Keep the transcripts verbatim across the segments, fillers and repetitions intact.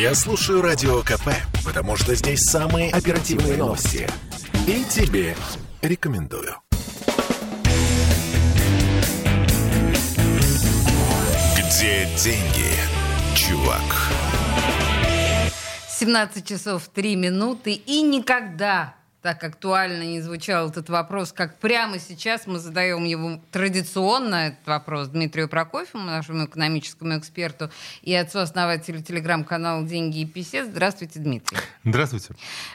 Я слушаю Радио КП, потому что здесь самые оперативные новости. И тебе рекомендую. Где деньги, чувак? семнадцать часов три минуты, и никогда так актуально не звучал этот вопрос, как прямо сейчас мы задаем его традиционно, этот вопрос, Дмитрию Прокофьеву, нашему экономическому эксперту и отцу-основателю телеграм-канала «Деньги и писец». Здравствуйте, Дмитрий. Здравствуйте.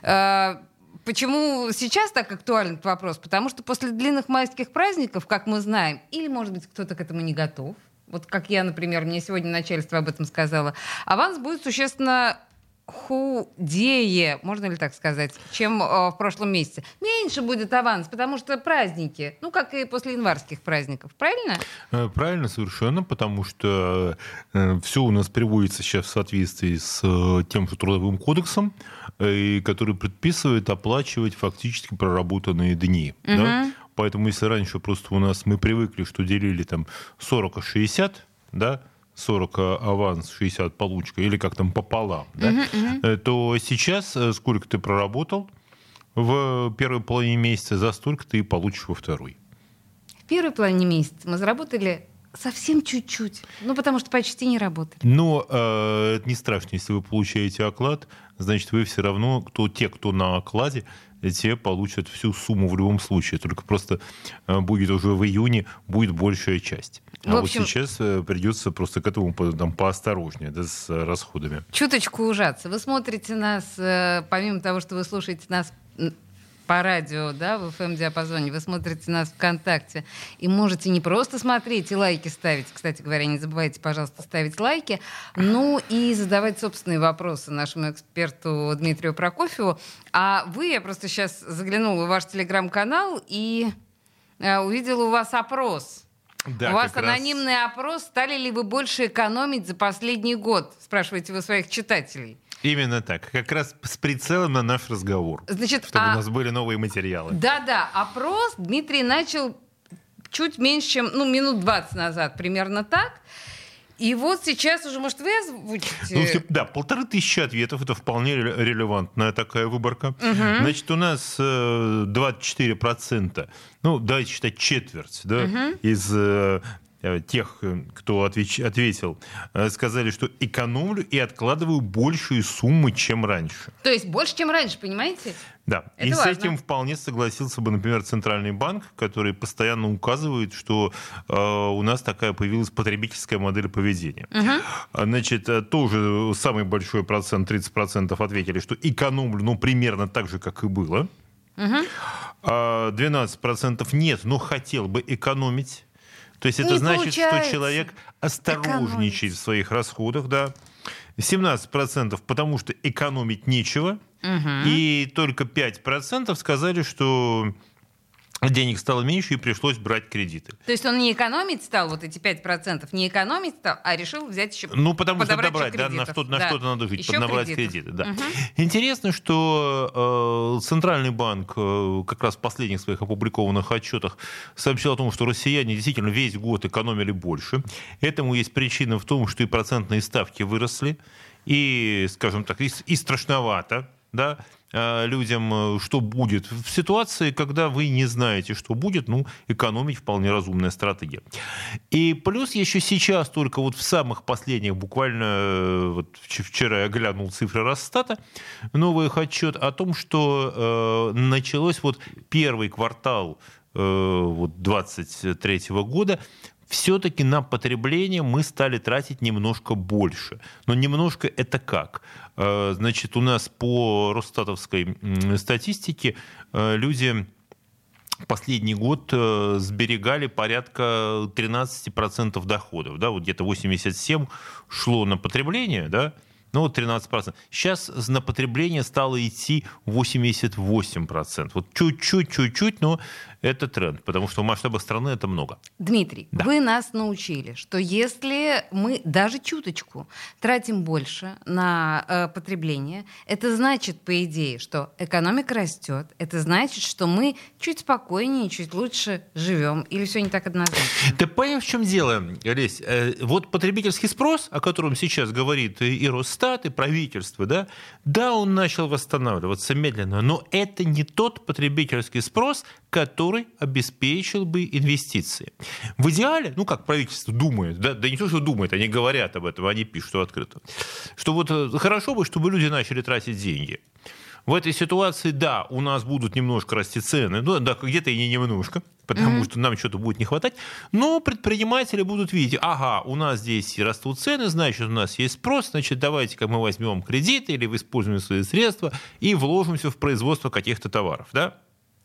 Почему сейчас так актуален этот вопрос? Потому что после длинных майских праздников, как мы знаем, или, может быть, кто-то к этому не готов, вот как я, например, мне сегодня начальство об этом сказало, аванс будет существенно худее, можно ли так сказать, чем э, в прошлом месяце. Меньше будет аванс, потому что праздники, ну, как и после январских праздников, правильно? Правильно, совершенно, потому что э, все у нас приводится сейчас в соответствии с э, тем же Трудовым кодексом, э, который предписывает оплачивать фактически проработанные дни. Угу. Да? Поэтому если раньше просто у нас мы привыкли, что делили там сорок и шестьдесят, да, сорок аванс, шестьдесят получка, или как там пополам, да, uh-huh, uh-huh. то сейчас сколько ты проработал в первой половине месяца, за столько ты и получишь во второй. В первой половине месяца мы заработали совсем чуть-чуть, ну, потому что почти не работали. Но э, это не страшно, если вы получаете оклад, значит, вы все равно, кто, те, кто на окладе, те получат всю сумму в любом случае, только просто э, будет уже в июне, будет большая часть. А в общем, вот сейчас придется просто к этому там, поосторожнее, да, с расходами. Чуточку ужаться. Вы смотрите нас, помимо того, что вы слушаете нас по радио, да, в эф эм-диапазоне, вы смотрите нас ВКонтакте и можете не просто смотреть и лайки ставить, кстати говоря, не забывайте, пожалуйста, ставить лайки, ну и задавать собственные вопросы нашему эксперту Дмитрию Прокофьеву. А вы, я просто сейчас заглянула в ваш телеграм-канал и увидела у вас опрос. Да, у вас анонимный раз... опрос, стали ли вы больше экономить за последний год, спрашиваете вы своих читателей. Именно так, как раз с прицелом на наш разговор, значит, чтобы а... у нас были новые материалы. Да-да, опрос Дмитрий начал чуть меньше, чем ну, минут двадцать назад, примерно так. И вот сейчас уже, может, вы озвучите? Ну, да, полторы тысячи ответов, это вполне релевантная такая выборка. Угу. Значит, у нас двадцать четыре процента, ну, давайте считать четверть, да, угу. из тех, кто отвеч... ответил, сказали, что экономлю и откладываю большие суммы, чем раньше. То есть больше, чем раньше, понимаете? Да, это и важно. С этим вполне согласился бы, например, Центральный банк, который постоянно указывает, что э, у нас такая появилась потребительская модель поведения. Угу. Значит, тоже самый большой процент, тридцать процентов ответили, что экономлю, ну, примерно так же, как и было. Угу. двенадцать процентов нет, но хотел бы экономить. То есть это не значит, получается. Что человек осторожничает экономить в своих расходах, да. семнадцать процентов потому что экономить нечего, угу. и только пять процентов сказали, что денег стало меньше и пришлось брать кредиты. То есть он не экономить стал, вот эти пять процентов, не экономить стал, а решил взять еще Ну, потому что добрать, да, на, что, на да. что-то надо жить, еще поднабрать кредиты. Да. Угу. Интересно, что э, Центральный банк э, как раз в последних своих опубликованных отчетах сообщил о том, что россияне действительно весь год экономили больше. Этому есть причина в том, что и процентные ставки выросли, и, скажем так, и, и страшновато, да, людям, что будет. В ситуации, когда вы не знаете, что будет, ну, экономить вполне разумная стратегия. И плюс еще сейчас, только вот в самых последних, буквально вот вчера я глянул цифры Росстата, новый их отчет о том, что э, началось вот первый квартал э, вот двадцать третьего года, все-таки на потребление мы стали тратить немножко больше. Но немножко это как? Значит, у нас по росстатовской статистике люди последний год сберегали порядка тринадцать процентов доходов. Да? Вот где-то восемьдесят семь процентов шло на потребление, да? Ну, вот тринадцать процентов. Сейчас на потребление стало идти восемьдесят восемь процентов. Вот чуть-чуть, чуть-чуть, но Это тренд, потому что в масштабах страны это много. Дмитрий, да. вы нас научили, что если мы даже чуточку тратим больше на э, потребление, это значит, по идее, что экономика растет, это значит, что мы чуть спокойнее, чуть лучше живем, или все не так однозначно? Ты понимаешь, в чем дело, Олесь? Вот потребительский спрос, о котором сейчас говорит и Росстат, и правительство, да, да, он начал восстанавливаться медленно, но это не тот потребительский спрос, который обеспечил бы инвестиции. В идеале, ну как правительство думает, да, да не то, что думает, они говорят об этом, они пишут открыто, что вот хорошо бы, чтобы люди начали тратить деньги. В этой ситуации, да, у нас будут немножко расти цены, ну да, где-то и не немножко, потому mm-hmm. что нам что-то будет не хватать, но предприниматели будут видеть, ага, у нас здесь растут цены, значит, у нас есть спрос, значит, давайте-ка мы возьмем кредиты или используем свои средства и вложимся в производство каких-то товаров, да?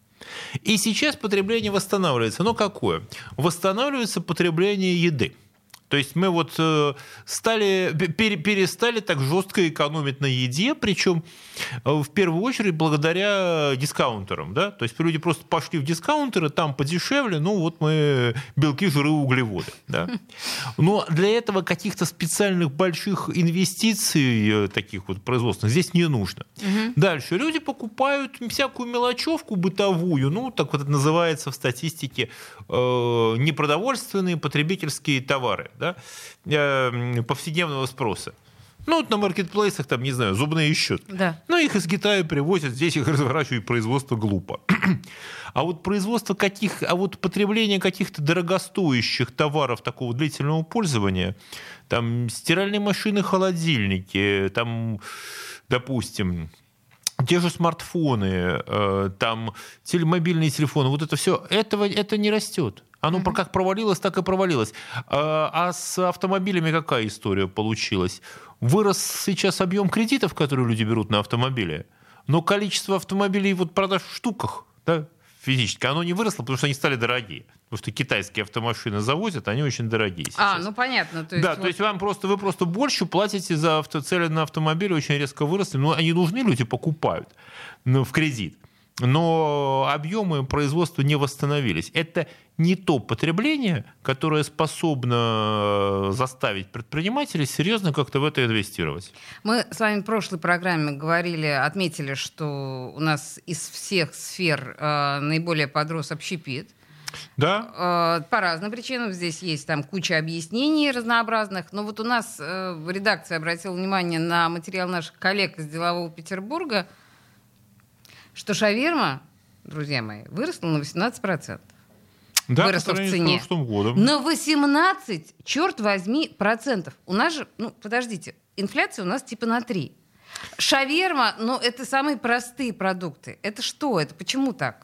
И сейчас потребление восстанавливается. Но какое? Восстанавливается потребление еды. То есть мы вот стали, перестали так жестко экономить на еде, причем в первую очередь благодаря дискаунтерам. Да? То есть люди просто пошли в дискаунтеры, там подешевле, ну вот мы белки, жиры, углеводы. Да? Но для этого каких-то специальных больших инвестиций, таких вот производственных, здесь не нужно. Угу. Дальше. Люди покупают всякую мелочевку бытовую, ну так вот это называется в статистике, э, непродовольственные потребительские товары. Да, повседневного спроса. Ну, вот на маркетплейсах, там, не знаю, зубные щетки. Да. Ну, их из Китая привозят, здесь их разворачивают, производство глупо. А вот производство каких, а вот потребление каких-то дорогостоящих товаров такого длительного пользования, там, стиральные машины, холодильники, там, допустим, те же смартфоны, там, мобильные телефоны, вот это все, этого, это не растет. Оно mm-hmm. как провалилось, так и провалилось. А с автомобилями какая история получилась? Вырос сейчас объем кредитов, которые люди берут на автомобили, но количество автомобилей вот продаж в штуках, да, физически, оно не выросло, потому что они стали дорогие. Потому что китайские автомашины завозят, они очень дорогие сейчас. А, ну понятно. То есть да, вот... то есть вам просто, вы просто больше платите за авто, цены на автомобили, очень резко выросли. Но они нужны, люди покупают ну, в кредит. Но объемы производства не восстановились. Это не то потребление, которое способно заставить предпринимателей серьезно как-то в это инвестировать. Мы с вами в прошлой программе говорили, отметили, что у нас из всех сфер э, наиболее подрос общепит. Да. Э, по разным причинам. Здесь есть там куча объяснений разнообразных. Но вот у нас э, в редакции обратила внимание на материал наших коллег из «Делового Петербурга», что шаверма, друзья мои, выросла на восемнадцать процентов. Да, выросла в цене. С прошлым годом. На восемнадцать, черт возьми, процентов. У нас же, ну, подождите, инфляция у нас типа на три. Шаверма, ну, это самые простые продукты. Это что? Это почему так?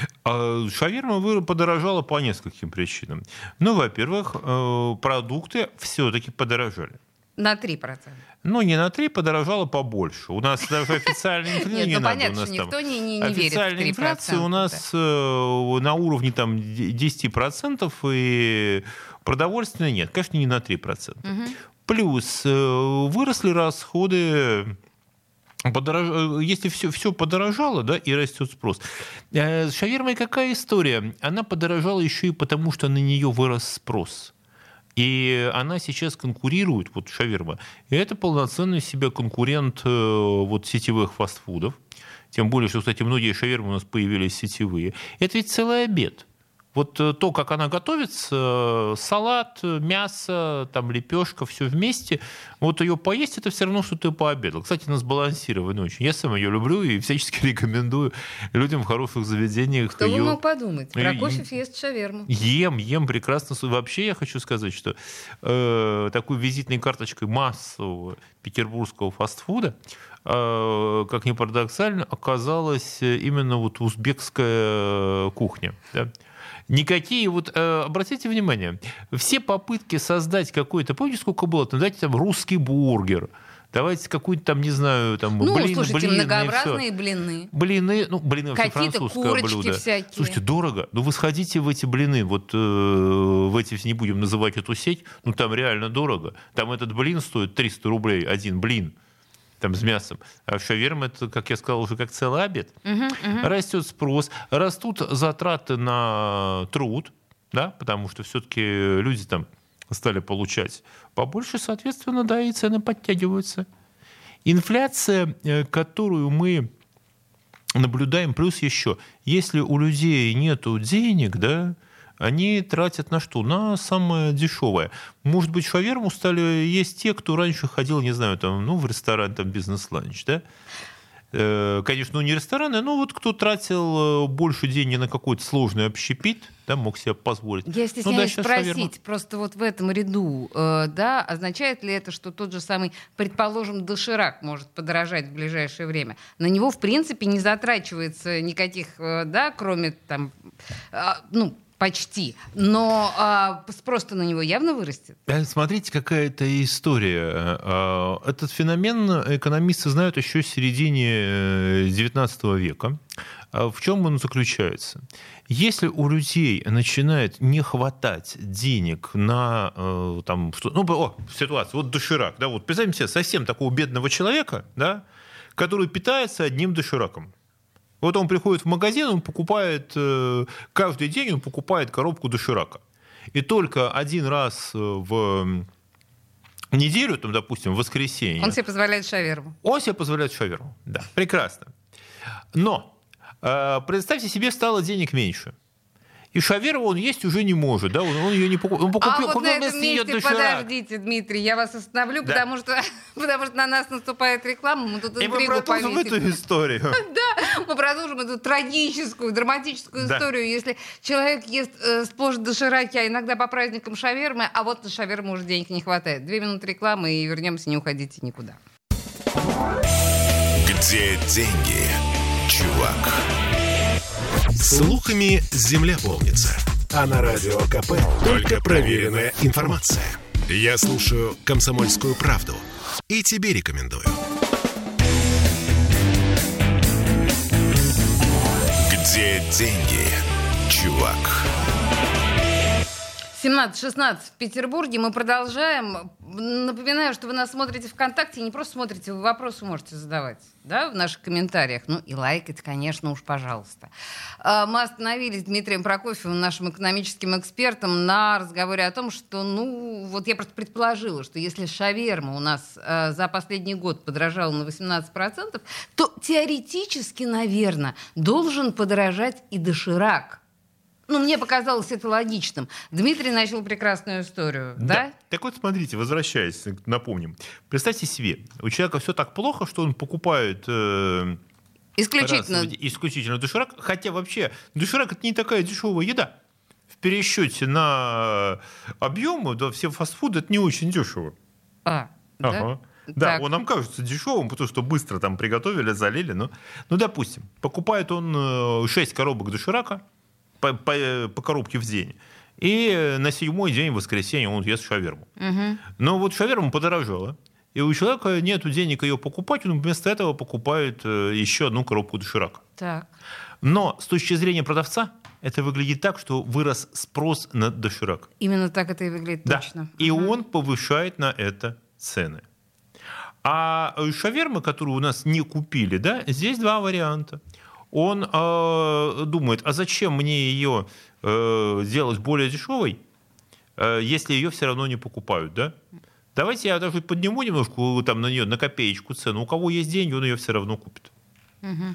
Шаверма подорожала по нескольким причинам. Ну, во-первых, продукты все-таки подорожали. На три процента. Ну, не на три, подорожало побольше. У нас даже официальная инфляция... Нет, ну понятно, что никто не верит в три процента. Официальная инфляция у нас на уровне там десять процентов, и продовольственная нет. Конечно, не на три процента. Плюс выросли расходы... Подорож... Если все, все подорожало, да, и растет спрос. С шавермой какая история? Она подорожала еще и потому, что на нее вырос спрос. И она сейчас конкурирует, вот шаверма, и это полноценный себе конкурент вот, сетевых фастфудов. Тем более, что, кстати, многие шавермы у нас появились сетевые. Это ведь целый обед. Вот то, как она готовится, салат, мясо, там, лепешка, все вместе, вот ее поесть, это все равно, что ты пообедал. Кстати, она сбалансирована очень. Я сам ее люблю и всячески рекомендую людям в хороших заведениях. Кто бы мог подумать? Прокофьев ест шаверму. Ем, ем прекрасно. Вообще я хочу сказать, что э, такой визитной карточкой массового петербургского фастфуда, э, как ни парадоксально, оказалась именно вот узбекская кухня. Да? Никакие, вот, э, обратите внимание, все попытки создать какой-то, помните, сколько было, там, давайте там русский бургер, давайте какую-то там, не знаю, там, ну, блин, слушайте, блины, многообразные блины. Блины, ну, блины вообще французское блюдо. Всякие. Слушайте, дорого. Ну, вы сходите в эти блины, вот э, в эти, не будем называть эту сеть, ну, там реально дорого. Там этот блин стоит триста рублей, один блин. там, с мясом. А шаверма, это, как я сказал, уже как целый обед. Угу, угу. Растет спрос, растут затраты на труд, да, потому что все-таки люди там стали получать побольше, соответственно, да, и цены подтягиваются. Инфляция, которую мы наблюдаем, плюс еще, если у людей нет денег, да, они тратят на что? На самое дешевое. Может быть, шаверму стали есть те, кто раньше ходил, не знаю, там, ну, в ресторан, там, бизнес-ланч, да? Конечно, ну не рестораны, но вот кто тратил больше денег на какой-то сложный общепит, да, мог себе позволить. Я стесняюсь ну, да, спросить, шаверма. просто вот в этом ряду, э, да, означает ли это, что тот же самый, предположим, доширак может подорожать в ближайшее время? На него, в принципе, не затрачивается никаких, э, да, кроме там, э, ну, почти. Но а, спрос-то на него явно вырастет. Смотрите, какая-то история. Этот феномен экономисты знают еще с середины девятнадцатого века. В чем он заключается? Если у людей начинает не хватать денег на там, что, ну, о, ситуация, вот доширак, да, вот представьте себе совсем такого бедного человека, да, который питается одним дошираком. Вот он приходит в магазин, он покупает, каждый день он покупает коробку доширака. И только один раз в неделю, там, допустим, в воскресенье... Он себе позволяет шаверму. Он себе позволяет шаверму, да, прекрасно. Но представьте себе, стало денег меньше. И шаверму он есть уже не может, да, он, он ее не покупает. Он покупил, а вот на этом месте, подождите, доширак. Дмитрий, я вас остановлю, да. потому, что, потому что на нас наступает реклама, мы тут интригу повесим. И мы продолжим эту историю. Да, мы продолжим эту трагическую, драматическую историю, если человек ест сплошь дошираки, а иногда по праздникам шавермы, а вот на шаверму уже денег не хватает. Две минуты рекламы и вернемся, не уходите никуда. Где деньги, чувак? Слухами земля полнится. А на Радио КП только проверенная информация. Я слушаю «Комсомольскую правду» и тебе рекомендую. Где деньги, чувак? семнадцать шестнадцать в Петербурге. Мы продолжаем. Напоминаю, что вы нас смотрите ВКонтакте. Не просто смотрите, вы вопросы можете задавать, да, в наших комментариях. Ну и лайкать, конечно, уж пожалуйста. Мы остановились с Дмитрием Прокофьевым, нашим экономическим экспертом, на разговоре о том, что, ну, вот я просто предположила, что если шаверма у нас за последний год подорожала на восемнадцать процентов, то теоретически, наверное, должен подорожать и доширак. Ну, мне показалось это логичным. Дмитрий начал прекрасную историю, да? Да. Так вот, смотрите, возвращаясь, напомним. Представьте себе, у человека все так плохо, что он покупает... Э, исключительно. Раз, исключительно доширак. Хотя вообще доширак — это не такая дешевая еда. В пересчете на объемы, да, все фастфуды — это не очень дешево. А, ага. да? Да, он нам кажется дешевым, потому что быстро там приготовили, залили. Ну, ну допустим, покупает он шесть коробок доширака, По, по, по коробке в день. И на седьмой день, в воскресенье, он ест шаверму. Угу. Но вот шаверма подорожала. И у человека нет денег ее покупать, он вместо этого покупает еще одну коробку доширака. Так. Но с точки зрения продавца, это выглядит так, что вырос спрос на доширак. Именно так это и выглядит, да. Точно. И угу. он повышает на это цены. А шаверма, которую у нас не купили, да, здесь два варианта. Он э, думает, а зачем мне ее э, делать более дешевой, э, если ее все равно не покупают, да? Давайте я даже подниму немножко там, на нее, на копеечку цену. У кого есть деньги, он ее все равно купит. Угу.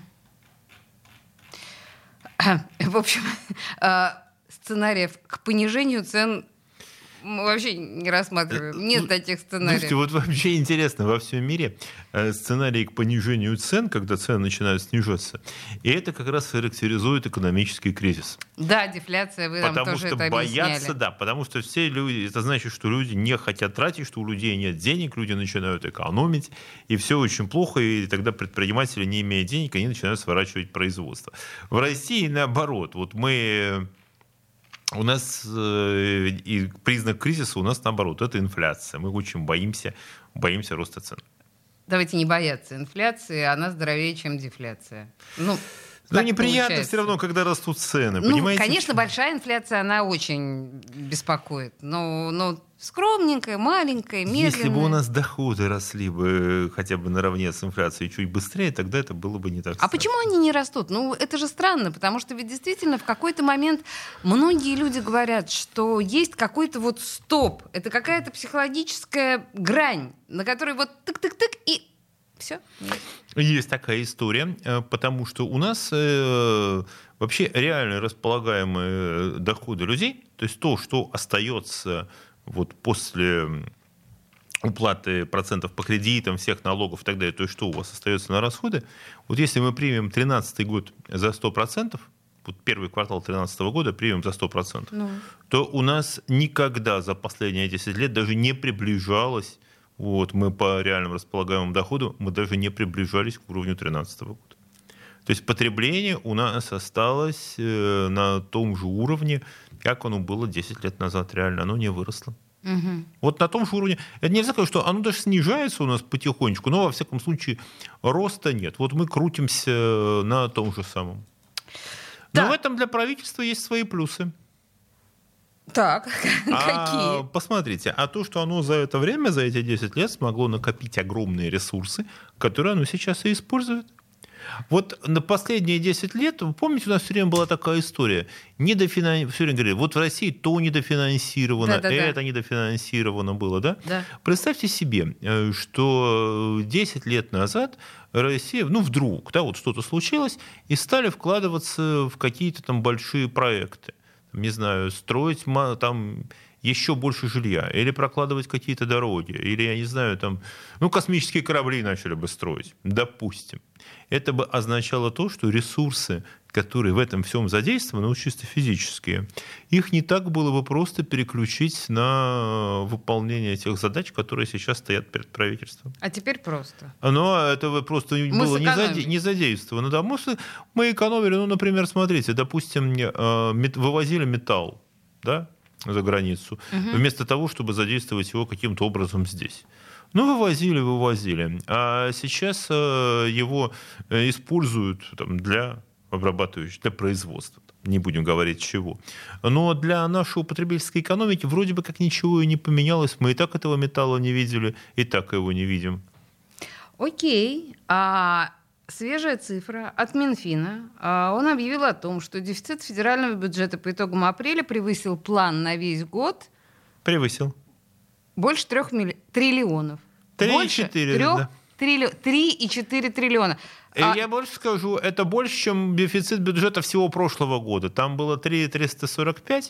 В общем, сценариев к понижению цен мы вообще не рассматриваем. Нет таких сценариев. Слушайте, вот вообще интересно, во всем мире сценарии к понижению цен, когда цены начинают снижаться, и это как раз характеризует экономический кризис. Да, дефляция, вы нам тоже это объясняли. Потому что боятся, да, потому что все люди, это значит, что люди не хотят тратить, что у людей нет денег, люди начинают экономить, и все очень плохо, и тогда предприниматели, не имея денег, они начинают сворачивать производство. В России наоборот. Вот мы... У нас э, и признак кризиса у нас наоборот, это инфляция. Мы очень боимся, боимся роста цен. Давайте не бояться инфляции, она здоровее, чем дефляция. Ну, Но неприятно получается. Все равно, когда растут цены, ну, понимаете? Конечно, большая инфляция, она очень беспокоит. Но, но скромненькое, маленькое, медленное. Если бы у нас доходы росли бы хотя бы наравне с инфляцией чуть быстрее, тогда это было бы не так страшно. А почему они не растут? Ну, это же странно, потому что ведь действительно в какой-то момент многие люди говорят, что есть какой-то вот стоп. Это какая-то психологическая грань, на которой вот тык-тык-тык и все. Есть такая история, потому что у нас э, вообще реально располагаемые доходы людей, то есть то, что остается вот после уплаты процентов по кредитам, всех налогов и так далее, то есть что у вас остается на расходы, вот если мы примем тринадцатый год за сто процентов, вот первый квартал две тысячи тринадцатого года примем за сто процентов, ну. то у нас никогда за последние десять лет даже не приближалось, вот, мы по реальному располагаемому доходу, мы даже не приближались к уровню две тысячи тринадцатого года. То есть потребление у нас осталось э, на том же уровне, как оно было десять лет назад, реально, оно не выросло. Угу. Вот на том же уровне. Это нельзя сказать, что оно даже снижается у нас потихонечку, но во всяком случае роста нет. Вот мы крутимся на том же самом. Да. Но в этом для правительства есть свои плюсы. Так, а, какие? Посмотрите, а то, что оно за это время, за эти десять лет смогло накопить огромные ресурсы, которые оно сейчас и использует. Вот на последние десять лет, вы помните, у нас все время была такая история, недофинан... все время говорили, вот в России то недофинансировано, да, да, это да. недофинансировано было, да? Да. Представьте себе, что десять лет назад Россия, ну вдруг, да, вот что-то случилось, и стали вкладываться в какие-то там большие проекты, не знаю, строить там еще больше жилья, или прокладывать какие-то дороги, или, я не знаю, там, ну, космические корабли начали бы строить, допустим. Это бы означало то, что ресурсы, которые в этом всем задействованы, ну, чисто физические, их не так было бы просто переключить на выполнение тех задач, которые сейчас стоят перед правительством. А теперь просто. Но это просто мы было не, заде... не задействовано. Да, мы, мы экономили, ну, например, смотрите, допустим, вывозили металл, да, за границу, угу. вместо того, чтобы задействовать его каким-то образом здесь. Ну, вывозили, вывозили. А сейчас его используют там, для обрабатывающих, для производства. Не будем говорить чего. Но для нашей потребительской экономики вроде бы как ничего и не поменялось. Мы и так этого металла не видели, и так его не видим. Окей. А свежая цифра от Минфина. Он объявил о том, что дефицит федерального бюджета по итогам апреля превысил план на весь год. Превысил. Больше трех милли... триллионов. Три и четыре. Да. Трилли... Три и четыре триллиона. И а... я больше скажу, это больше, чем дефицит бюджета всего прошлого года. Там было три триста сорок пять,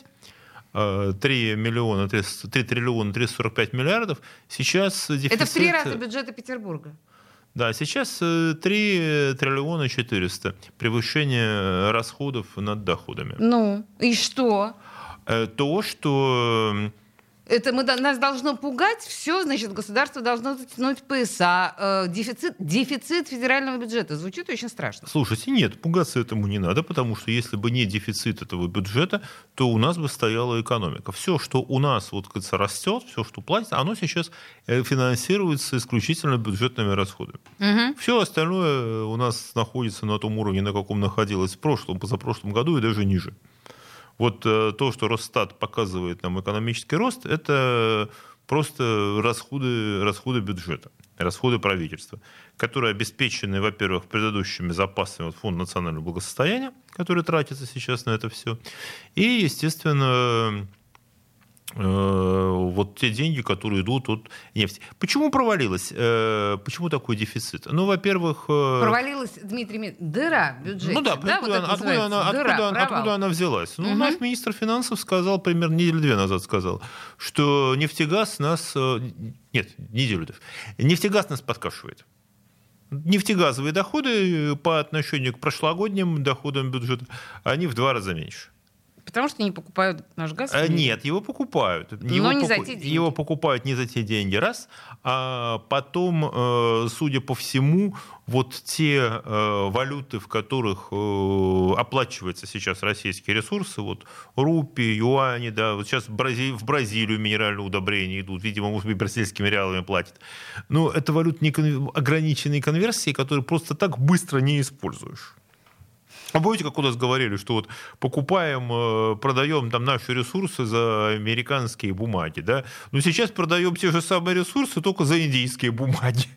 три миллиона, три триллиона триста сорок пять миллиардов. Сейчас дефицит... Это в три раза бюджета Петербурга. Да, сейчас три триллиона четыреста. Превышение расходов над доходами. Ну, и что? То, что... Это мы, нас должно пугать, все, значит, государство должно затянуть пояса. Э, дефицит, дефицит федерального бюджета. Звучит очень страшно. Слушайте, нет, пугаться этому не надо, потому что если бы не дефицит этого бюджета, то у нас бы стояла экономика. Все, что у нас вот, кажется, растет, все, что платится, оно сейчас финансируется исключительно бюджетными расходами. Угу. Все остальное у нас находится на том уровне, на каком находилось в прошлом, позапрошлом году и даже ниже. Вот то, что Росстат показывает нам экономический рост, это просто расходы, расходы бюджета, расходы правительства, которые обеспечены, во-первых, предыдущими запасами вот, Фонда национального благосостояния, который тратится сейчас на это все, и, естественно, вот те деньги, которые идут от нефти. Почему провалилась? Почему такой дефицит? Ну, во-первых... Провалилась, Дмитрий Митрович, дыра в бюджете. Ну да, да откуда, вот откуда, она, дыра, откуда, откуда она взялась? Ну, угу. Наш министр финансов сказал, примерно неделю две назад сказал, что нефтегаз нас... Нет, неделю. Нефтегаз нас подкашивает. Нефтегазовые доходы по отношению к прошлогодним доходам бюджета, они в два раза меньше. Потому что не покупают наш газ? Нет, его покупают. Но его не поку... за те деньги. Его покупают не за те деньги, раз. А потом, судя по всему, вот те валюты, в которых оплачиваются сейчас российские ресурсы, вот рупии, юани, да, вот сейчас в, Брази... в Бразилию минеральные удобрения идут, видимо, может быть, бразильскими реалами платят. Но это валюты не кон... ограниченной конверсии, которые просто так быстро не используешь. А помните, как у нас говорили, что вот покупаем, продаем там наши ресурсы за американские бумаги, да? Но сейчас продаем те же самые ресурсы, только за индийские бумаги.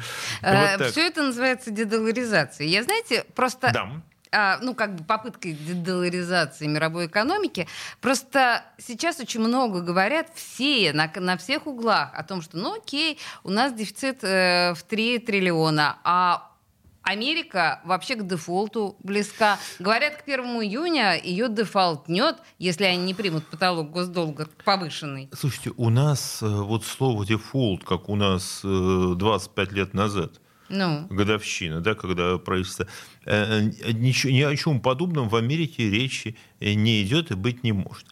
Вот все это называется дедоларизацией. Я, знаете, просто... Да. А, ну, как бы попыткой дедоларизации мировой экономики. Просто сейчас очень много говорят все, на, на всех углах о том, что, ну, окей, у нас дефицит э, в три триллиона, а Америка вообще к дефолту близка. Говорят, к первому июня ее дефолтнет, если они не примут потолок госдолга повышенный. Слушайте, у нас вот слово дефолт, как у нас двадцать пять лет назад, ну. годовщина, да, когда правительство... Ничего, ни о чем подобном в Америке речи не идет и быть не может.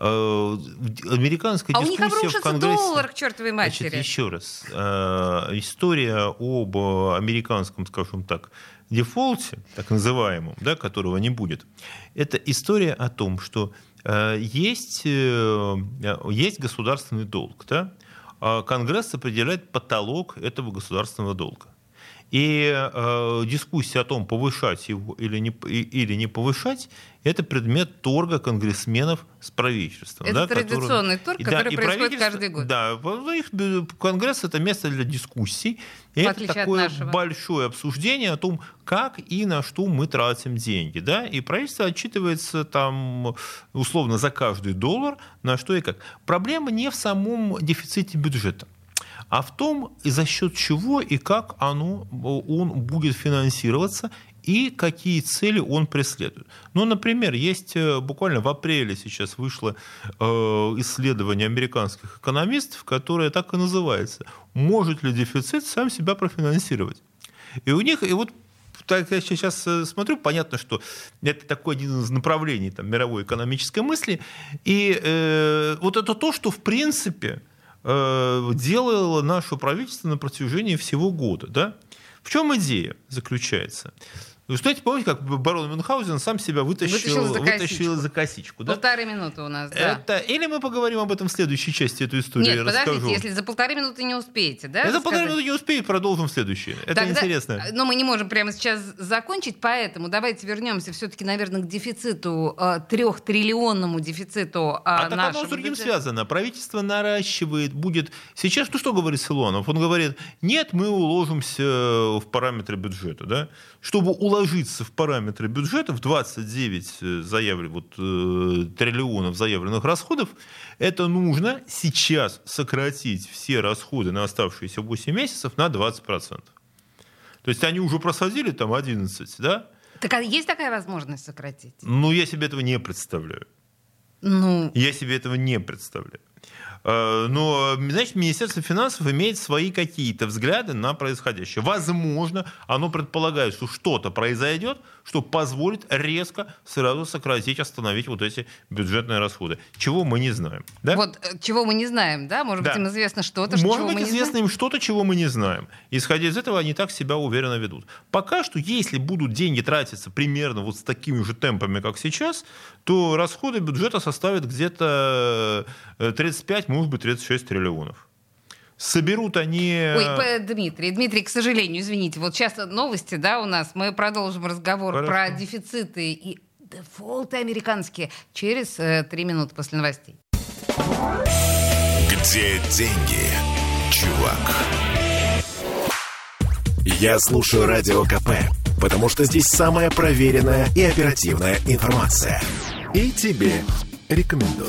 Американская а дискуссия у них обрушится в Конгрессе... доллар к чертовой матери. Значит, еще раз. История об американском, скажем так, дефолте, так называемом, да, которого не будет, это история о том, что есть, есть государственный долг. Да? Конгресс определяет потолок этого государственного долга. И э, дискуссия о том, повышать его или не, или не повышать, это предмет торга конгрессменов с правительством. Это да, традиционный который, торг, который да, происходит каждый год. Да, их, Конгресс — это место для дискуссий. И это такое большое обсуждение о том, как и на что мы тратим деньги. Да? И правительство отчитывается там, условно за каждый доллар, на что и как. Проблема не в самом дефиците бюджета, а в том, за счет чего и как оно, он будет финансироваться и какие цели он преследует. Ну, например, есть буквально в апреле сейчас вышло исследование американских экономистов, которое так и называется «Может ли дефицит сам себя профинансировать?». И у них, и вот так я сейчас смотрю, понятно, что это такой один из направлений там, мировой экономической мысли. И э, вот это то, что в принципе делало наше правительство на протяжении всего года. Да? В чем идея заключается? Вы знаете, помните, как барон Мюнхгаузен сам себя вытащил, вытащил, за, вытащил за косичку? Да? Полторы минуты у нас, да. Это... Или мы поговорим об этом в следующей части эту историю. Нет, я подождите, расскажу. Если за полторы минуты не успеете, да? Я за полторы минуты не успею, продолжим в следующее. Это Тогда... интересно. Но мы не можем прямо сейчас закончить, поэтому давайте вернемся все-таки, наверное, к дефициту, э, трехтриллионному дефициту э, а так нашего оно с другим бюджета. связано. Правительство наращивает, будет... Сейчас, ну что говорит Силуанов? Он говорит, нет, мы уложимся в параметры бюджета, да? Чтобы уложиться в параметры бюджета, в двадцать девять заявленных, вот, э, триллионов заявленных расходов, это нужно сейчас сократить все расходы на оставшиеся восемь месяцев на двадцать процентов. То есть они уже просадили там одиннадцать, да? Так а есть такая возможность сократить? Ну, я себе этого не представляю. Ну... Я себе этого не представляю. Но, значит, Министерство финансов имеет свои какие-то взгляды на происходящее. Возможно, оно предполагает, что что-то произойдет, что позволит резко сразу сократить, остановить вот эти бюджетные расходы. Чего мы не знаем. Да? Вот чего мы не знаем, да? Может да. быть, им известно что-то, Может чего быть, мы не известно знаем? им что-то, чего мы не знаем. Исходя из этого, они так себя уверенно ведут. Пока что, если будут деньги тратиться примерно вот с такими же темпами, как сейчас, то расходы бюджета составят где-то тридцать пять, может быть, тридцать шесть триллионов. Соберут они... Ой, Дмитрий, Дмитрий, к сожалению, извините, вот сейчас новости, да, у нас, мы продолжим разговор Хорошо. про дефициты и дефолты американские через э, три минуты после новостей. Где деньги, чувак? Я слушаю Радио КП, потому что здесь самая проверенная и оперативная информация. И тебе рекомендую.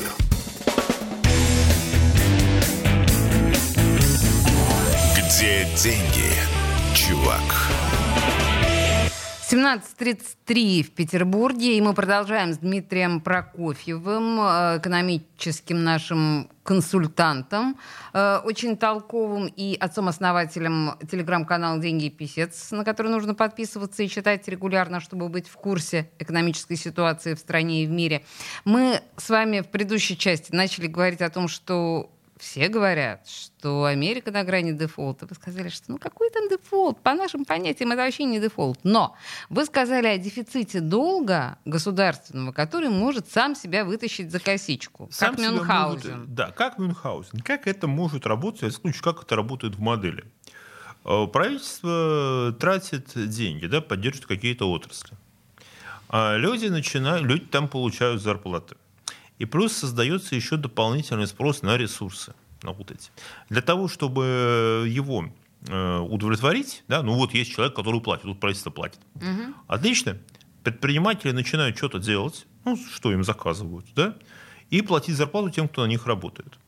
Где деньги, чувак? семнадцать тридцать три в Петербурге, и мы продолжаем с Дмитрием Прокофьевым, экономическим нашим консультантом, очень толковым и отцом-основателем телеграм-канала «Деньги и писец», на который нужно подписываться и читать регулярно, чтобы быть в курсе экономической ситуации в стране и в мире. Мы с вами в предыдущей части начали говорить о том, что все говорят, что Америка на грани дефолта. Вы сказали, что ну какой там дефолт? По нашим понятиям это вообще не дефолт. Но вы сказали о дефиците долга государственного, который может сам себя вытащить за косичку. Сам как Мюнхгаузен. Может, да, как Мюнхгаузен. Как это может работать, в случае, как это работает в модели? Правительство тратит деньги, да, поддерживает какие-то отрасли. А люди, начинают, люди там получают зарплаты. И плюс создается еще дополнительный спрос на ресурсы. На вот эти. Для того, чтобы его э, удовлетворить, да, ну вот есть человек, который платит, тут правительство платит. Угу. Отлично. Предприниматели начинают что-то делать, ну, что им заказывают, да, и платить зарплату тем, кто на них работает.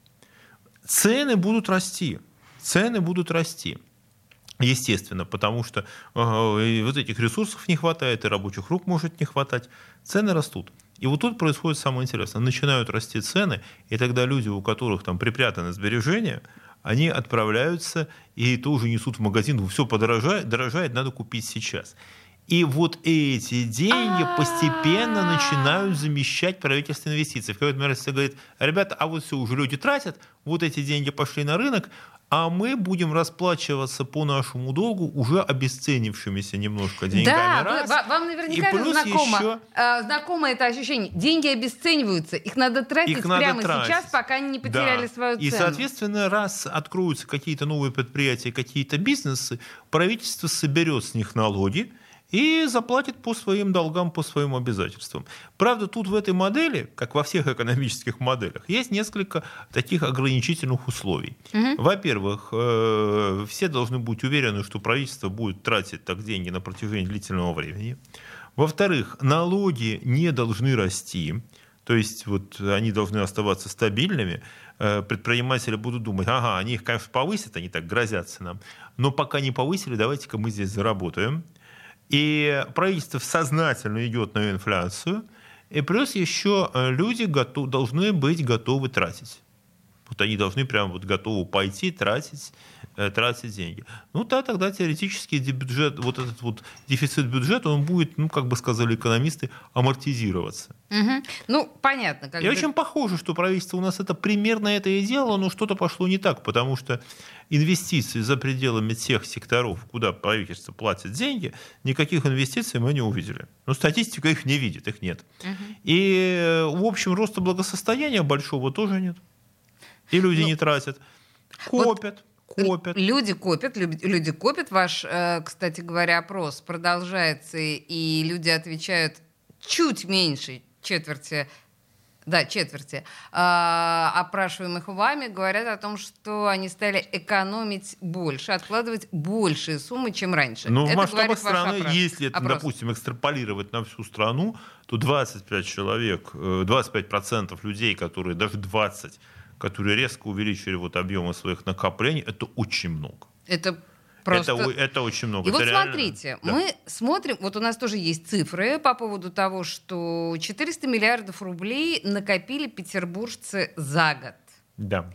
Цены будут расти. Цены будут расти. Естественно, потому что э, вот этих ресурсов не хватает, и рабочих рук может не хватать. Цены растут. И вот тут происходит самое интересное. Начинают расти цены, и тогда люди, у которых там припрятаны сбережения, они отправляются и тоже несут в магазин, все подорожает, дорожает, надо купить сейчас. И вот эти деньги постепенно начинают замещать правительственные инвестиции. В какой-то момент говорит: ребята, а вот все, уже люди тратят, вот эти деньги пошли на рынок, а мы будем расплачиваться по нашему долгу уже обесценившимися немножко деньгами. Да, раз. Вы, вам наверняка знакомо, еще... знакомо это ощущение. Деньги обесцениваются, их надо тратить их прямо надо тратить. Сейчас, пока они не потеряли да. свою цену. И, соответственно, раз откроются какие-то новые предприятия, какие-то бизнесы, правительство соберет с них налоги и заплатит по своим долгам, по своим обязательствам. Правда, тут в этой модели, как во всех экономических моделях, есть несколько таких ограничительных условий. Угу. Во-первых, все должны быть уверены, что правительство будет тратить так деньги на протяжении длительного времени. Во-вторых, налоги не должны расти. То есть вот они должны оставаться стабильными. Предприниматели будут думать: ага, они их, конечно, повысят, они так грозятся нам. Но пока не повысили, давайте-ка мы здесь заработаем. И правительство сознательно идет на инфляцию, и плюс еще люди готов, должны быть готовы тратить. Вот они должны прям вот готовы пойти тратить, тратить деньги. Ну да, тогда теоретически бюджет, вот этот вот дефицит бюджета, он будет, ну как бы сказали экономисты, амортизироваться. Угу. Ну, понятно. Как и бы... очень похоже, что правительство у нас это примерно это и делало, но что-то пошло не так, потому что инвестиций за пределами тех секторов, куда правительство платит деньги, никаких инвестиций мы не увидели. Но статистика их не видит, их нет. Угу. И, в общем, роста благосостояния большого тоже нет. И люди ну, не тратят. Копят, вот копят. Люди копят, люди копят. Ваш, кстати говоря, опрос продолжается, и люди отвечают чуть меньше четверти, да, четверти опрашиваемых вами говорят о том, что они стали экономить больше, откладывать большие суммы, чем раньше. Но это в масштабах страны, если это, опрос. допустим, экстраполировать на всю страну, то двадцать пять человек, двадцать пять процентов людей, которые даже двадцать которые резко увеличили вот объемы своих накоплений, это очень много. Это просто... Это, это очень много. И это вот реально... смотрите, да. мы смотрим, вот у нас тоже есть цифры по поводу того, что четыреста миллиардов рублей накопили петербуржцы за год. Да.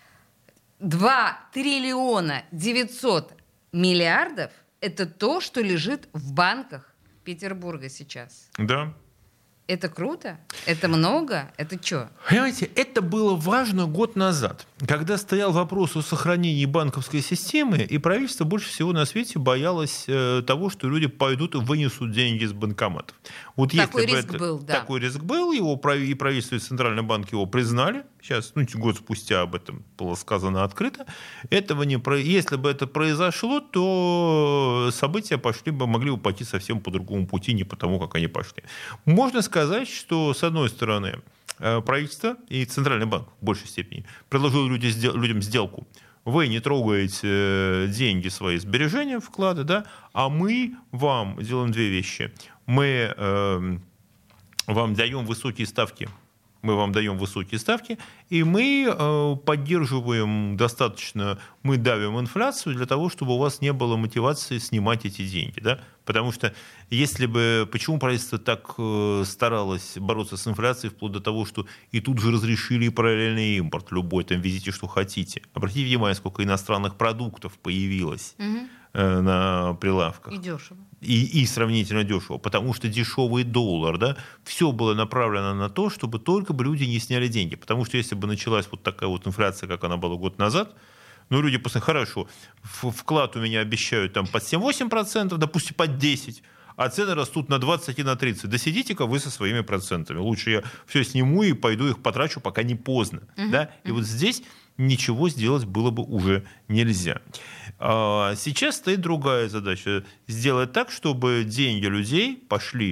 два триллиона девятьсот миллиардов – это то, что лежит в банках Петербурга сейчас. Да. Это круто? Это много? Это что? Понимаете, это было важно год назад, когда стоял вопрос о сохранении банковской системы, и правительство больше всего на свете боялось э, того, что люди пойдут и вынесут деньги из банкоматов. Вот такой если риск бы это, был, да. Такой риск был, его и правительство, и Центральный банк его признали. Сейчас, ну, год спустя об этом было сказано открыто. Этого не про... Если бы это произошло, то события пошли бы, могли бы пойти совсем по другому пути, не по тому, как они пошли. Можно сказать, что, с одной стороны, правительство и Центральный банк в большей степени предложил людям сделку. Вы не трогаете деньги, свои сбережения, вклады, да, а мы вам делаем две вещи. Мы э, вам даем высокие ставки. Мы вам даем высокие ставки, и мы э, поддерживаем достаточно, мы давим инфляцию для того, чтобы у вас не было мотивации снимать эти деньги. Да? Потому что если бы... Почему правительство так э, старалось бороться с инфляцией, вплоть до того, что и тут же разрешили параллельный импорт любой, там везите, что хотите. Обратите внимание, сколько иностранных продуктов появилось угу. э, на прилавках. И дешево. И, и сравнительно дешево, потому что дешевый доллар, да, все было направлено на то, чтобы только бы люди не сняли деньги. Потому что если бы началась вот такая вот инфляция, как она была год назад, ну, люди просто, хорошо, вклад у меня обещают там под семь-восемь процентов, допустим, под десять процентов, а цены растут на двадцать и на тридцать. Да сидите-ка вы со своими процентами. Лучше я все сниму и пойду их потрачу, пока не поздно. Uh-huh. Да? И uh-huh. вот здесь ничего сделать было бы уже нельзя. А сейчас стоит другая задача. Сделать так, чтобы деньги людей пошли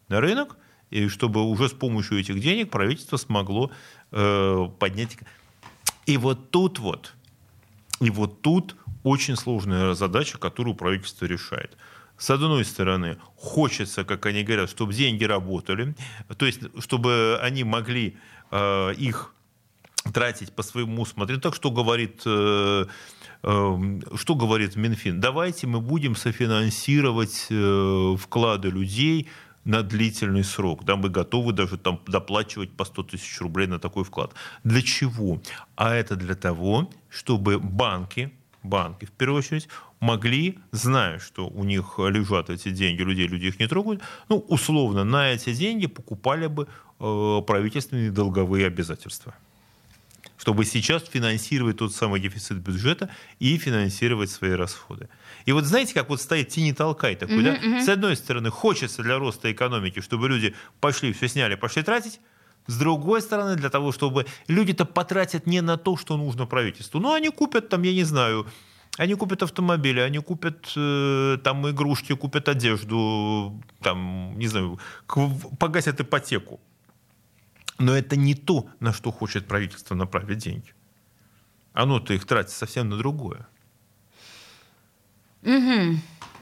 на рынок, и чтобы уже с помощью этих денег правительство смогло э, поднять. И вот тут вот, и вот тут очень сложная задача, которую правительство решает. С одной стороны, хочется, как они говорят, чтобы деньги работали, то есть чтобы они могли э, их тратить по своему усмотрению. Так что говорит, э, э, что говорит Минфин? Давайте мы будем софинансировать э, вклады людей на длительный срок. Да, мы готовы даже там доплачивать по сто тысяч рублей на такой вклад. Для чего? А это для того, чтобы банки, банки в первую очередь, могли, зная, что у них лежат эти деньги, людей, люди их не трогают, ну, условно, на эти деньги покупали бы э, правительственные долговые обязательства. Чтобы сейчас финансировать тот самый дефицит бюджета и финансировать свои расходы. И вот знаете, как вот стоит тяни-толкай такой, mm-hmm, да? Mm-hmm. С одной стороны, хочется для роста экономики, чтобы люди пошли, все сняли, пошли тратить. С другой стороны, для того, чтобы люди-то потратят не на то, что нужно правительству. Ну, они купят там, я не знаю, они купят автомобили, они купят э, там игрушки, купят одежду, там, не знаю, погасят ипотеку. Но это не то, на что хочет правительство направить деньги. Оно-то их тратит совсем на другое. Угу.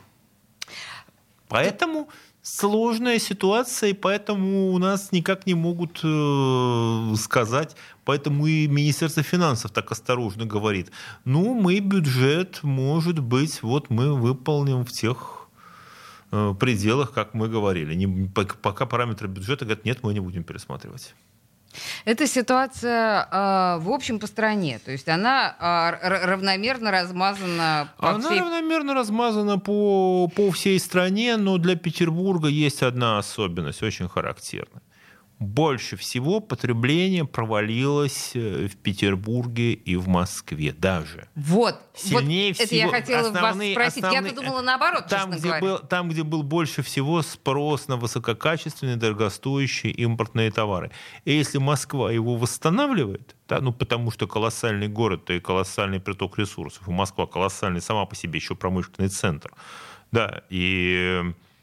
Поэтому сложная ситуация, и поэтому у нас никак не могут э, сказать, поэтому и Министерство финансов так осторожно говорит. Ну, мы бюджет, может быть, вот мы выполним в тех э, пределах, как мы говорили. Не, пока параметры бюджета говорят, нет, мы не будем пересматривать. Эта ситуация э, в общем по стране, то есть она э, равномерно размазана по она всей... равномерно размазана по, по всей стране, но для Петербурга есть одна особенность, очень характерная. Больше всего потребление провалилось в Петербурге и в Москве даже. Вот, сильнее вот всего. Это я хотела основные, вас спросить. Основные, Я-то думала наоборот, там, честно где говоря. был, там, где был больше всего спрос на высококачественные, дорогостоящие импортные товары. И если Москва его восстанавливает, да, ну потому что колоссальный город и колоссальный приток ресурсов, и Москва колоссальный сама по себе еще промышленный центр, да, и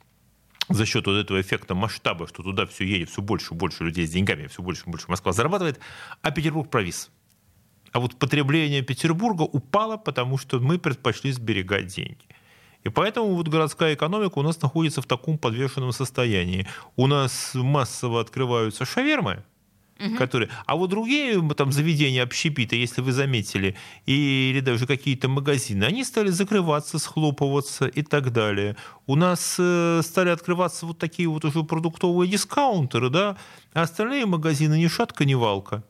за счет вот этого эффекта масштаба, что туда все едет, все больше и больше людей с деньгами, все больше и больше Москва зарабатывает, а Петербург провис. А вот потребление Петербурга упало, потому что мы предпочли сберегать деньги. И поэтому вот городская экономика у нас находится в таком подвешенном состоянии. У нас массово открываются шавермы, угу. которые, а вот другие там заведения общепита, если вы заметили, или даже какие-то магазины, они стали закрываться, схлопываться и так далее. У нас э, стали открываться вот такие вот уже продуктовые дискаунтеры, да, а остальные магазины ни шатка, ни валка.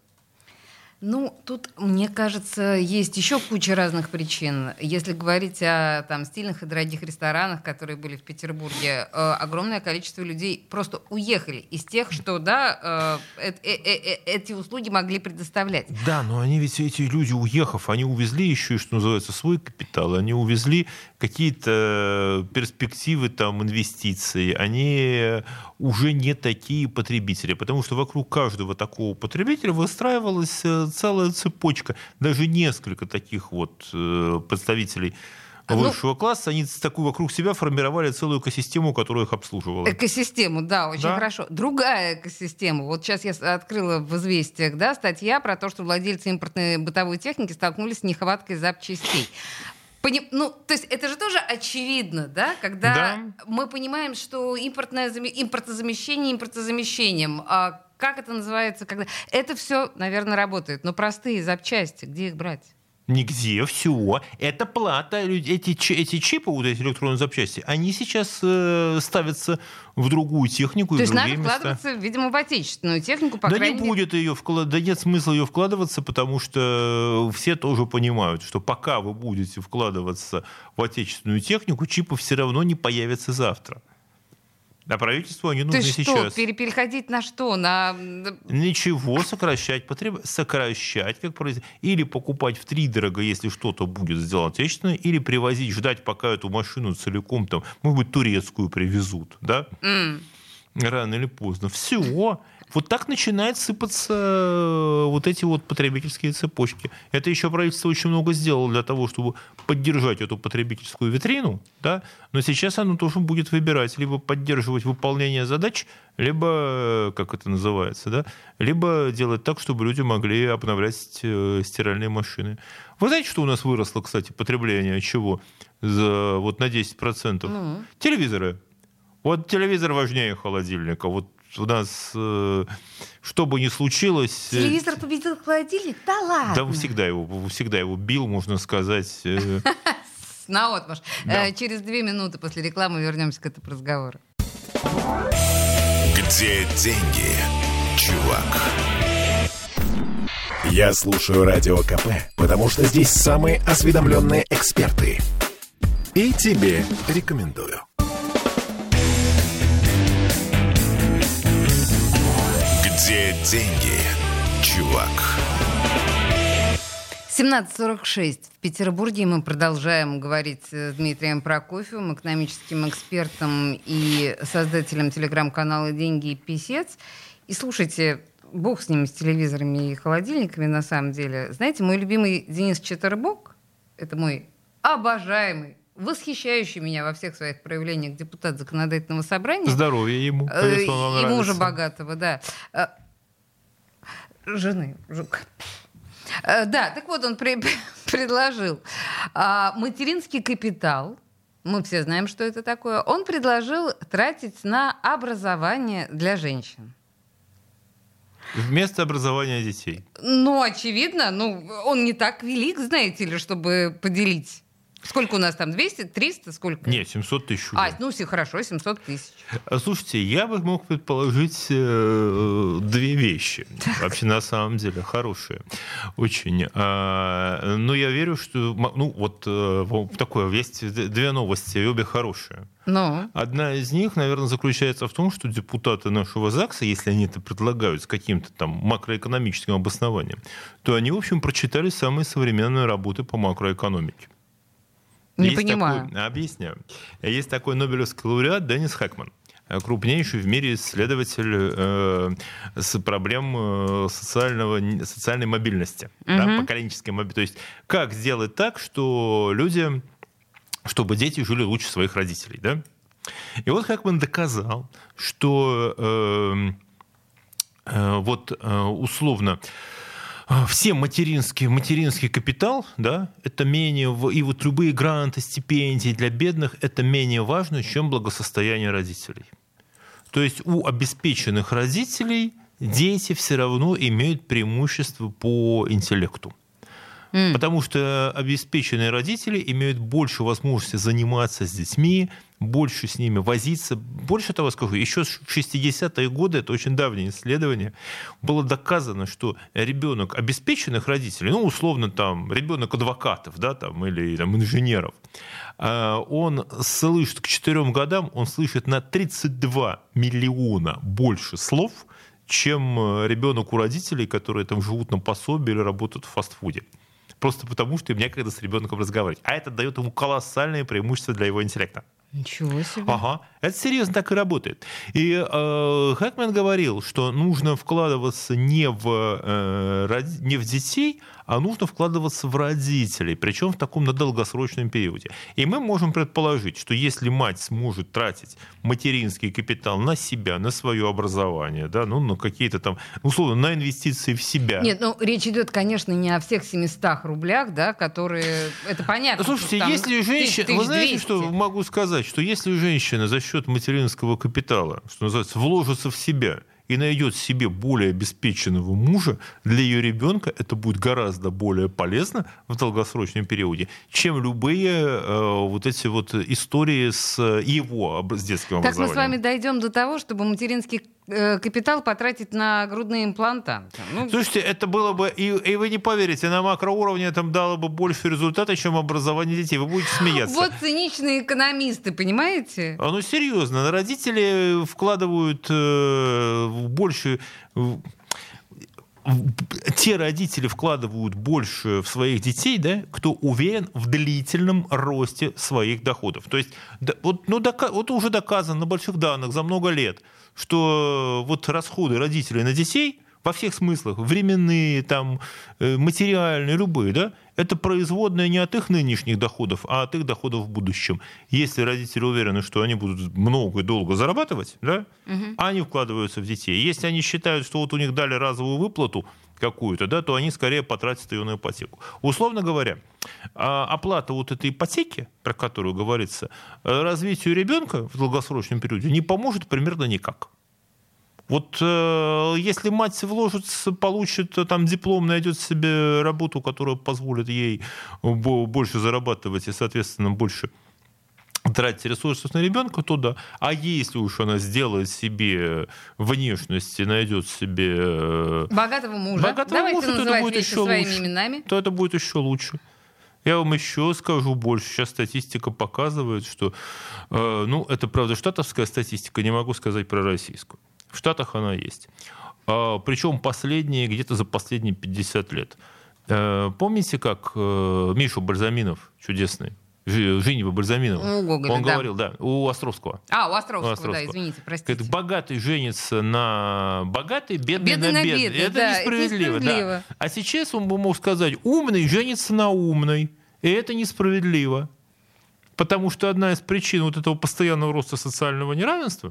Ну, тут, мне кажется, есть еще куча разных причин. Если говорить о там, стильных и дорогих ресторанах, которые были в Петербурге, э, огромное количество людей просто уехали из тех, что да, э, э, э, э, эти услуги могли предоставлять. Да, но они ведь, эти люди, уехав, они увезли еще, что называется, свой капитал, они увезли какие-то перспективы там, инвестиций, они уже не такие потребители, потому что вокруг каждого такого потребителя выстраивалась целая цепочка, даже несколько таких вот представителей высшего ну, класса, они такую вокруг себя формировали целую экосистему, которая их обслуживала. Экосистему, да, очень да? хорошо. Другая экосистема. Вот сейчас я открыла в «Известиях», да, статья про то, что владельцы импортной бытовой техники столкнулись с нехваткой запчастей. Поним... Ну, то есть это же тоже очевидно, да, когда да. мы понимаем, что импортное зам... импортозамещение импортозамещением, а как это называется, когда... Это все, наверное, работает, но простые запчасти, где их брать? Нигде, все. Это плата. Эти, эти чипы, вот эти электронные запчасти, они сейчас э, ставятся в другую технику. То и есть в другие надо места. вкладываться, видимо, в отечественную технику, по да крайней не мере. будет ее вклад... Да нет смысла ее вкладываться, потому что все тоже понимают, что пока вы будете вкладываться в отечественную технику, чипы все равно не появятся завтра. А правительству они нужны сейчас. То есть что, переходить на что? На... Ничего, сокращать, потреб... сокращать, как произойдет. Или покупать втридорого, если что-то будет сделано отечественное, или привозить, ждать, пока эту машину целиком, там, может быть, турецкую привезут, да? Mm. Рано или поздно. Все. Вот так начинают сыпаться вот эти вот потребительские цепочки. Это еще правительство очень много сделало для того, чтобы поддержать эту потребительскую витрину, да? Но сейчас оно тоже будет выбирать, либо поддерживать выполнение задач, либо, как это называется, да? Либо делать так, чтобы люди могли обновлять стиральные машины. Вы знаете, что у нас выросло, кстати, потребление чего? За, вот на десять процентов. Ну. Телевизоры. Вот телевизор важнее холодильника. Вот у нас, э, что бы ни случилось... Телевизор победил холодильник? Да ладно? Да, всегда его, всегда его бил, можно сказать. Э... Наотмашь. Да. Через две минуты после рекламы вернемся к этому разговору. Где деньги, чувак? Я слушаю Радио КП, потому что здесь самые осведомленные эксперты. И тебе рекомендую. Где деньги, чувак? семнадцать сорок шесть в Петербурге. Мы продолжаем говорить с Дмитрием Прокофьевым, экономическим экспертом и создателем телеграм-канала «Деньги и писец». И слушайте, бог с ними, с телевизорами и холодильниками, на самом деле. Знаете, мой любимый Денис Четербок, это мой обожаемый, восхищающий меня во всех своих проявлениях депутат законодательного собрания. Здоровья ему. Если он вам ему уже богатого, да. Жены. Да, так вот он при, предложил материнский капитал. Мы все знаем, что это такое. Он предложил тратить на образование для женщин. Вместо образования детей. Ну, очевидно. Ну, он не так велик, знаете ли, чтобы поделить. Сколько у нас там? двести? триста? Сколько? Нет, семьсот тысяч. А, ну, все хорошо, семьсот тысяч. Слушайте, я бы мог предположить э, две вещи. Вообще, на самом деле, хорошие. Очень. А, но я верю, что... Ну, вот э, такое, есть две новости, обе хорошие. Но. Одна из них, наверное, заключается в том, что депутаты нашего ЗАГСа, если они это предлагают с каким-то там макроэкономическим обоснованием, то они, в общем, прочитали самые современные работы по макроэкономике. Не Есть понимаю. Такой, объясняю. Есть такой нобелевский лауреат Деннис Хэкман, крупнейший в мире исследователь э, с проблем э, социального, социальной мобильности, угу. да, поколенческой мобильности. То есть как сделать так, что люди, чтобы дети жили лучше своих родителей. Да? И вот Хэкман доказал, что э, э, вот э, условно все материнский, материнский капитал, да, это менее, и вот любые гранты, стипендии для бедных, это менее важно, чем благосостояние родителей. То есть у обеспеченных родителей дети все равно имеют преимущество по интеллекту. Mm. Потому что обеспеченные родители имеют больше возможности заниматься с детьми, больше с ними возиться. Больше того скажу, еще в шестидесятые годы, это очень давнее исследование, было доказано, что ребенок обеспеченных родителей, ну, условно, там, ребенок адвокатов, да, там, или там, инженеров, он слышит к четырем годам, он слышит на тридцать два миллиона больше слов, чем ребенок у родителей, которые там живут на пособии или работают в фастфуде. Просто потому, что им некогда с ребенком разговаривать. А это дает ему колоссальные преимущества для его интеллекта. Ничего себе. Ага, это серьезно так и работает. И э, Хэкман говорил, что нужно вкладываться не в, э, не в детей, а нужно вкладываться в родителей, причем в таком на долгосрочном периоде. И мы можем предположить, что если мать сможет тратить материнский капитал на себя, на свое образование, да, ну, на какие-то там, условно, на инвестиции в себя. Нет, ну, речь идет, конечно, не о всех семистах рублях, да, которые, это понятно. Слушайте, если женщина, вы знаете, что могу сказать, что если женщина за счет материнского капитала, что называется, вложится в себя и найдет себе более обеспеченного мужа, для ее ребенка это будет гораздо более полезно в долгосрочном периоде, чем любые э, вот эти вот истории с его с детским так образованием. Так мы с вами дойдем до того, чтобы материнский э, капитал потратить на грудные имплантанты. Ну... Слушайте, это было бы, и, и вы не поверите, на макроуровне это дало бы больше результата, чем образование детей. Вы будете смеяться. Вот циничные экономисты, понимаете? А, ну, серьезно, родители вкладывают э, больше... те родители вкладывают больше в своих детей, да, кто уверен в длительном росте своих доходов. То есть вот, ну, дока- вот уже доказано на больших данных за много лет, что вот расходы родителей на детей во всех смыслах, временные, там, материальные, любые, да, это производная не от их нынешних доходов, а от их доходов в будущем. Если родители уверены, что они будут много и долго зарабатывать, да, угу. они вкладываются в детей. Если они считают, что вот у них дали разовую выплату какую-то, да, то они скорее потратят ее на ипотеку. Условно говоря, оплата вот этой ипотеки, про которую говорится, развитию ребенка в долгосрочном периоде не поможет примерно никак. Вот э, если мать вложится, получит там диплом, найдет себе работу, которая позволит ей больше зарабатывать и, соответственно, больше тратить ресурсов на ребенка, то да. А если уж она сделает себе внешность и найдет себе богатого мужа, богатого давайте мужа, называть будет вещи еще своими лучше. именами, то это будет еще лучше. Я вам еще скажу больше. Сейчас статистика показывает, что э, ну, это, правда, штатовская статистика, не могу сказать про российскую. В Штатах она есть. А, причем последние, где-то за последние пятьдесят лет. А, помните, как а, Миша Бальзаминов, чудесный, Женя Бальзаминов, Гоголя, он да. говорил, да, у Островского. А, у Островского, у Островского. да, извините, простите. Говорит, богатый женится на богатой, бедный, бедный на на бедный. бедный, Это, да, несправедливо, это несправедливо. Да. А сейчас он бы мог сказать, умный женится на умной. И это несправедливо. Потому что одна из причин вот этого постоянного роста социального неравенства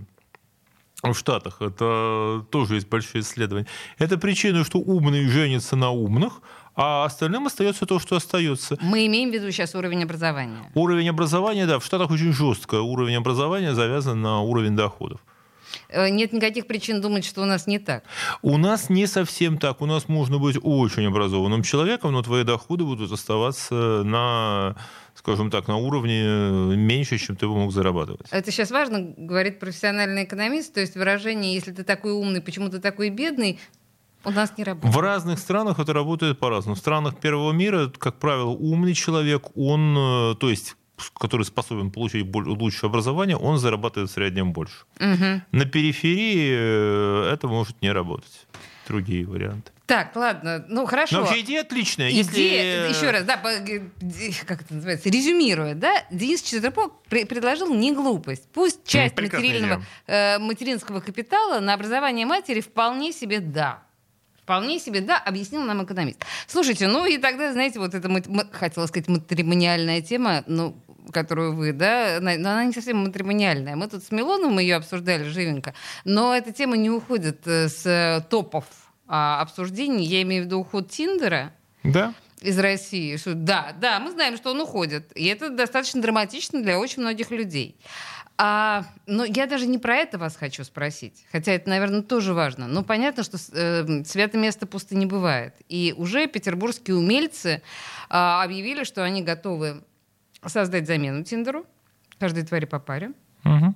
в Штатах, это тоже есть большие исследования, это причина, что умные женятся на умных, а остальным остается то, что остается. Мы имеем в виду сейчас уровень образования. Уровень образования, да, в Штатах очень жестко. Уровень образования завязан на уровень доходов. Нет никаких причин думать, что у нас не так. У нас не совсем так. У нас можно быть очень образованным человеком, но твои доходы будут оставаться на, скажем так, на уровне меньше, чем ты бы мог зарабатывать. Это сейчас важно, говорит профессиональный экономист. То есть выражение «если ты такой умный, почему ты такой бедный» у нас не работает. В разных странах это работает по-разному. В странах первого мира, как правило, умный человек, он, то есть который способен получить лучшее образование, он зарабатывает в среднем больше. Угу. На периферии это может не работать. Другие варианты. Так, ладно, ну хорошо. Но вообще идея отличная. Идея, если... еще раз, да, как это называется, резюмируя, да, Денис Четверпок предложил не глупость. Пусть часть материального, э, материнского капитала на образование матери вполне себе да. Вполне себе, да, объяснил нам экономист. Слушайте, ну и тогда, знаете, вот эта, хотела сказать, матримониальная тема, ну, которую вы, да, но она не совсем матримониальная. Мы тут с Милоновым ее обсуждали живенько, но эта тема не уходит с топов а, обсуждений. Я имею в виду уход Тиндера. Да. Из России. Что, да, да, мы знаем, что он уходит. И это достаточно драматично для очень многих людей. А, но я даже не про это вас хочу спросить. Хотя это, наверное, тоже важно. Но понятно, что э, свято место пусто не бывает. И уже петербургские умельцы э, объявили, что они готовы создать замену Тиндеру. Каждой твари по паре. Угу.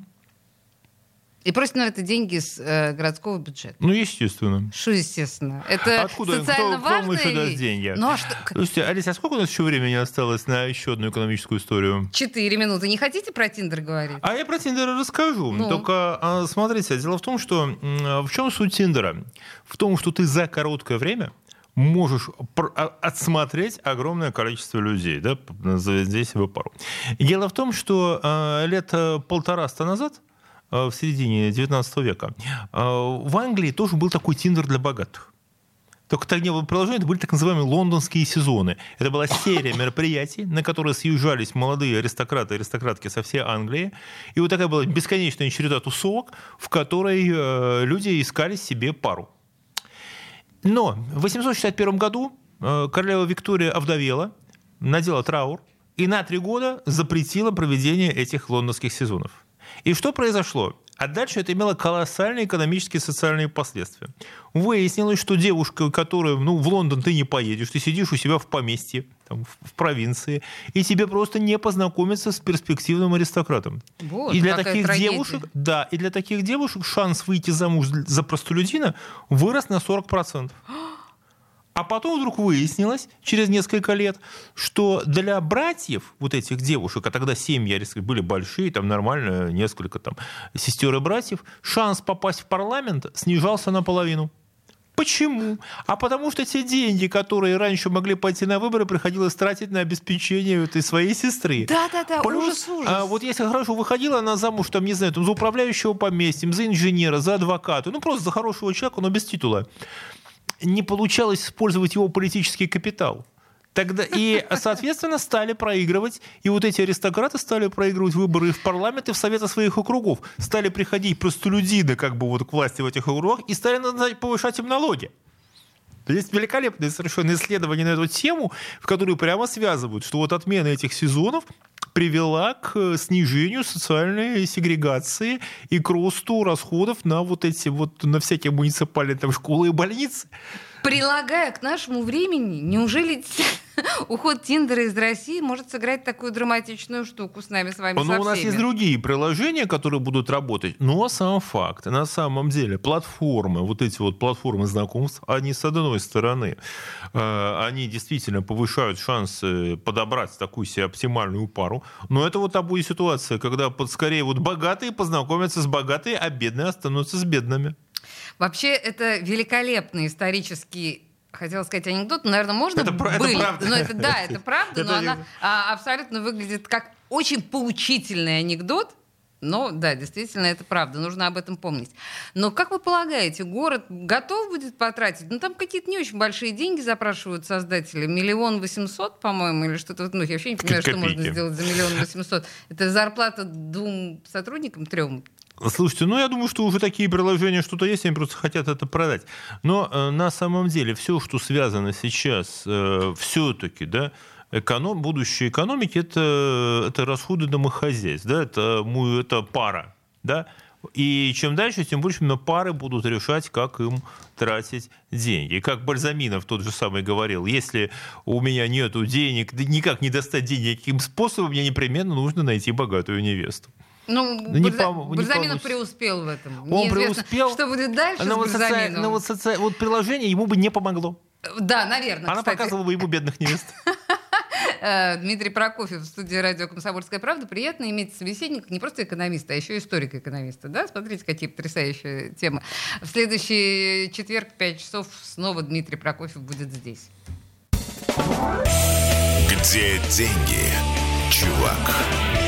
И просят на это деньги с э, городского бюджета. Ну, естественно. Что естественно? Это откуда? социально Кто, важно? кто еще даст деньги? Ну, а что... Слушайте, Алиса, а сколько у нас еще времени осталось на еще одну экономическую историю? Четыре минуты. Не хотите про Тиндер говорить? А я про Тиндер расскажу. Ну. Только смотрите, дело в том, что в чем суть Тиндера? В том, что ты за короткое время можешь отсмотреть огромное количество людей, да, здесь его пару. Дело в том, что лет полтораста назад, в середине девятнадцатого века, в Англии тоже был такой Тиндер для богатых. Только тогда в приложении это были так называемые лондонские сезоны. Это была серия мероприятий, на которые съезжались молодые аристократы и аристократки со всей Англии. И вот такая была бесконечная череда тусовок, в которой люди искали себе пару. Но в восемьсот шестьдесят первом году королева Виктория овдовела, надела траур и на три года запретила проведение этих лондонских сезонов. И что произошло? А дальше это имело колоссальные экономические и социальные последствия. Выяснилось, что девушка, которая, ну, в Лондон ты не поедешь, ты сидишь у себя в поместье, там, в провинции, и тебе просто не познакомиться с перспективным аристократом. Вот, и для таких трагедия. девушек, да, и для таких девушек шанс выйти замуж за простолюдина вырос на сорок процентов. А потом вдруг выяснилось, через несколько лет, что для братьев вот этих девушек, а тогда семьи были большие, там нормально, несколько там сестер и братьев, шанс попасть в парламент снижался наполовину. Почему? А потому что те деньги, которые раньше могли пойти на выборы, приходилось тратить на обеспечение этой своей сестры. Да-да-да, ужас, ужас. А, вот если хорошо выходила она замуж, там, не знаю, там, за управляющего поместьем, за инженера, за адвоката, ну просто за хорошего человека, но без титула, не получалось использовать его политический капитал. Тогда и, соответственно, стали проигрывать, и вот эти аристократы стали проигрывать выборы и в парламент, и в советы своих округов. Стали приходить простолюдины как бы вот к власти в этих округах и стали повышать им налоги. Есть великолепное совершенно исследование на эту тему, в которой прямо связывают, что вот отмена этих сезонов привела к снижению социальной сегрегации и к росту расходов на вот эти вот, на всякие муниципальные там школы и больницы. Прилагая к нашему времени, неужели уход Тиндера из России может сыграть такую драматичную штуку с нами, с вами, со всеми? Но у нас есть другие приложения, которые будут работать. Но сам факт, на самом деле, платформы, вот эти вот платформы знакомств, они, с одной стороны, они действительно повышают шансы подобрать такую себе оптимальную пару. Но это вот та будет ситуация, когда скорее вот богатые познакомятся с богатыми, а бедные останутся с бедными. Вообще, это великолепный исторический, хотела сказать, анекдот, наверное, можно это, были. Это правда. Но это, да, это правда, но она а, абсолютно выглядит как очень поучительный анекдот. Но, да, действительно, это правда, нужно об этом помнить. Но, как вы полагаете, город готов будет потратить? Ну, там какие-то не очень большие деньги запрашивают создатели. Миллион восемьсот, по-моему, или что-то. Ну, я вообще не понимаю, что можно сделать за миллион восемьсот. Это зарплата двум сотрудникам, трем. Слушайте, ну я думаю, что уже такие приложения что-то есть, они просто хотят это продать. Но э, на самом деле все, что связано сейчас, э, все-таки, да, эконом, будущее экономики, это, это расходы домохозяйств, да, это, это пара, да. И чем дальше, тем больше именно пары будут решать, как им тратить деньги. И как Бальзаминов тот же самый говорил, если у меня нет денег, никак не достать денег никаким способом, мне непременно нужно найти богатую невесту. Ну, да Бальза... пом- Бальзаминов преуспел в этом. Он Неизвестно, преуспел. Что будет дальше но с вот Бальзаминовым. Соци... Но вот, соци... вот приложение ему бы не помогло. Да, наверное, Она кстати. показывала бы ему бедных невест. Дмитрий Прокофьев в студии «Радио Комсомольская правда». Приятно иметь собеседника, не просто экономиста, а еще историка-экономиста. Да? Смотрите, какие потрясающие темы. В следующий четверг в пять часов снова Дмитрий Прокофьев будет здесь. Где деньги, чувак?